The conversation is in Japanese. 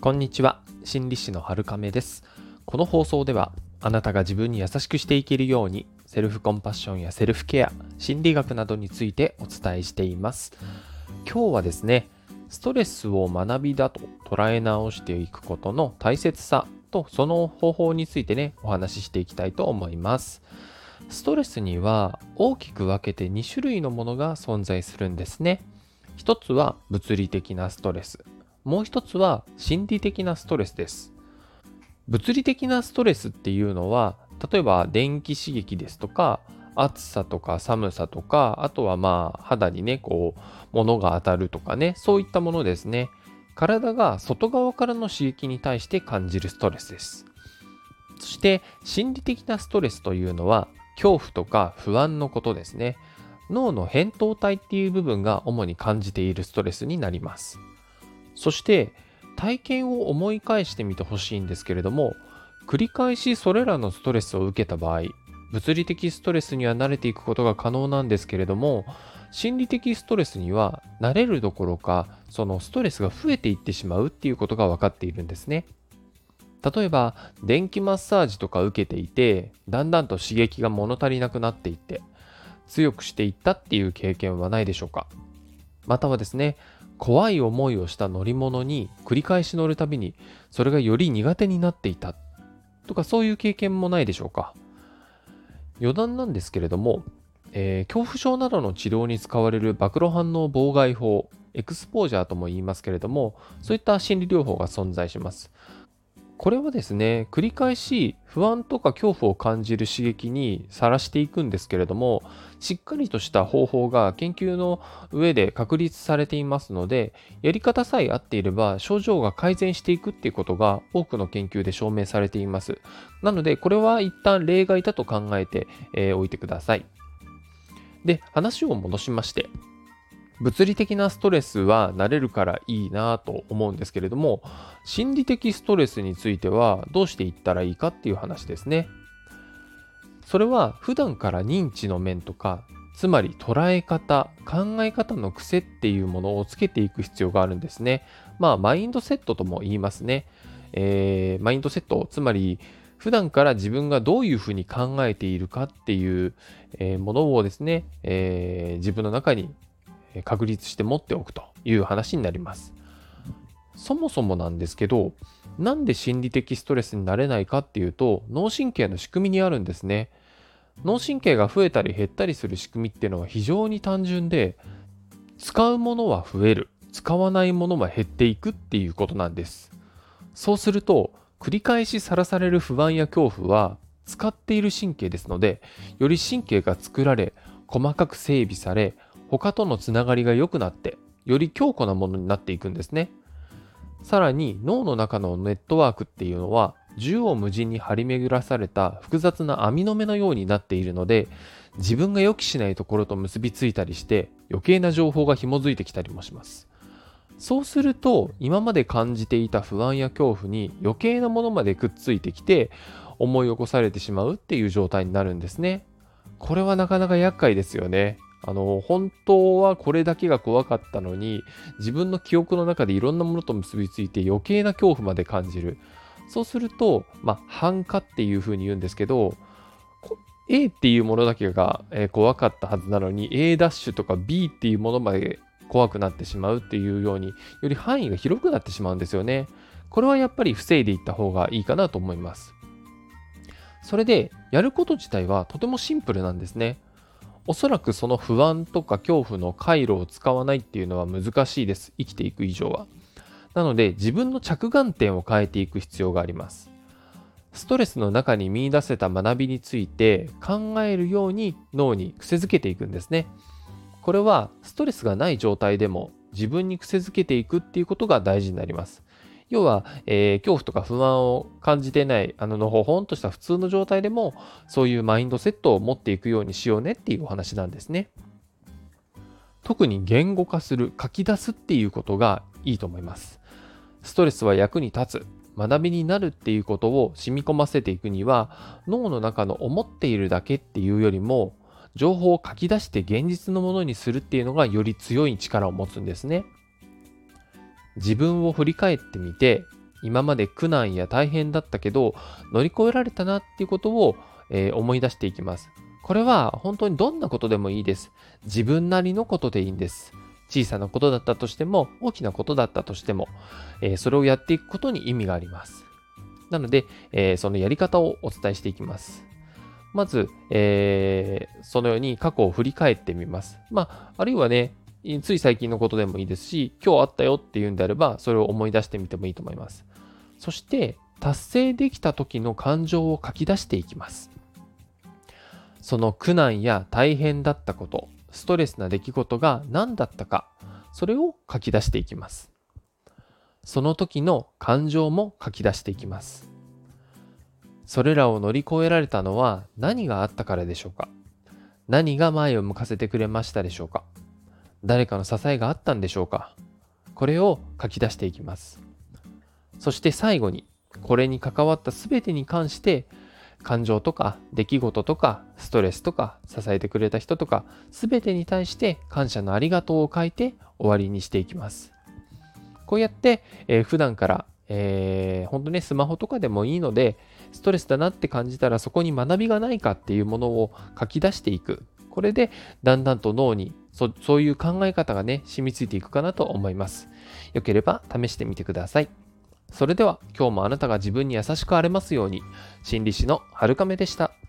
こんにちは、心理師の春亀です。この放送ではあなたが自分に優しくしていけるようにセルフコンパッションやセルフケア、心理学などについてお伝えしています。今日はですね、ストレスを学びだと捉え直していくことの大切さとその方法についてね、お話ししていきたいと思います。ストレスには大きく分けて2種類のものが存在するんですね。一つは物理的なストレス。もう一つは心理的なストレスです。物理的なストレスっていうのは、例えば電気刺激ですとか、暑さとか寒さとか、あとは肌にね、物が当たるとかね、そういったものですね。体が外側からの刺激に対して感じるストレスです。そして心理的なストレスというのは、恐怖とか不安のことですね。脳の扁桃体っていう部分が主に感じているストレスになります。そして体験を思い返してみてほしいんですけれども、繰り返しそれらのストレスを受けた場合、物理的ストレスには慣れていくことが可能なんですけれども、心理的ストレスには慣れるどころか、そのストレスが増えていってしまうっていうことが分かっているんですね。例えば電気マッサージとか受けていて、だんだんと刺激が物足りなくなっていって強くしていったっていう経験はないでしょうか。またはですね、怖い思いをした乗り物に繰り返し乗るたびにそれがより苦手になっていたとか、そういう経験もないでしょうか。余談なんですけれども、恐怖症などの治療に使われる暴露反応妨害法、エクスポージャーとも言いますけれども、そういった心理療法が存在します。これはですね、繰り返し不安とか恐怖を感じる刺激にさらしていくんですけれども、しっかりとした方法が研究の上で確立されていますので、やり方さえ合っていれば症状が改善していくっていうことが多くの研究で証明されています。なので、これは一旦例外だと考えておいてください。で、話を戻しまして、物理的なストレスは慣れるからいいなと思うんですけれども、心理的ストレスについてはどうしていったらいいかっていう話ですね。それは普段から認知の面とか、つまり捉え方、考え方の癖っていうものをつけていく必要があるんですね。マインドセットとも言いますね。マインドセット、つまり普段から自分がどういうふうに考えているかっていう、ものをですね、自分の中に確立して持っておくという話になります。そもそもなんですけど、なんで心理的ストレスになれないかっていうと、脳神経の仕組みにあるんですね。脳神経が増えたり減ったりする仕組みっていうのは非常に単純で、使うものは増える、使わないものは減っていくっていうことなんです。そうすると、繰り返しさらされる不安や恐怖は使っている神経ですので、より神経が作られ、細かく整備され、他とのつながりが良くなって、より強固なものになっていくんですね。さらに脳の中のネットワークっていうのは、縦横無尽に張り巡らされた複雑な網の目のようになっているので、自分が予期しないところと結びついたりして余計な情報が紐づいてきたりもします。そうすると今まで感じていた不安や恐怖に余計なものまでくっついてきて思い起こされてしまうっていう状態になるんですね。これはなかなか厄介ですよね。本当はこれだけが怖かったのに、自分の記憶の中でいろんなものと結びついて余計な恐怖まで感じる。そうすると、反化っていうふうに言うんですけど、A っていうものだけが、怖かったはずなのに、A' とか B っていうものまで怖くなってしまうっていうように、より範囲が広くなってしまうんですよね。これはやっぱり防いでいった方がいいかなと思います。それで、やること自体はとてもシンプルなんですね。おそらくその不安とか恐怖の回路を使わないっていうのは難しいです。生きていく以上は。なので自分の着眼点を変えていく必要があります。ストレスの中に見出せた学びについて考えるように脳に癖づけていくんですね。これはストレスがない状態でも自分に癖づけていくっていうことが大事になります。要は、恐怖とか不安を感じてない、のほほんとした普通の状態でも、そういうマインドセットを持っていくようにしようねっていうお話なんですね。特に言語化する、書き出すっていうことがいいと思います。ストレスは役に立つ、学びになるっていうことを染み込ませていくには、脳の中の思っているだけっていうよりも、情報を書き出して現実のものにするっていうのがより強い力を持つんですね。自分を振り返ってみて、 今まで苦難や大変だったけど乗り越えられたなっていうことを、思い出していきます。これは本当にどんなことでもいいです。自分なりのことでいいんです。小さなことだったとしても、大きなことだったとしても、それをやっていくことに意味があります。なので、そのやり方をお伝えしていきます。まず、そのように過去を振り返ってみます。あるいはね、つい最近のことでもいいですし、今日あったよっていうんであれば、それを思い出してみてもいいと思います。そして、達成できた時の感情を書き出していきます。その苦難や大変だったこと、ストレスな出来事が何だったか、それを書き出していきます。その時の感情も書き出していきます。それらを乗り越えられたのは何があったからでしょうか？何が前を向かせてくれましたでしょうか？誰かの支えがあったんでしょうか？これを書き出していきます。そして最後に、これに関わった全てに関して、感情とか出来事とかストレスとか支えてくれた人とか全てに対して感謝のありがとうを書いて終わりにしていきます。こうやって、普段から、本当ね、スマホとかでもいいので、ストレスだなって感じたらそこに学びがないかっていうものを書き出していく。これでだんだんと脳にそういう考え方がね、染みついていくかなと思います。よければ試してみてください。それでは今日もあなたが自分に優しくあれますように、心理師のはるかめでした。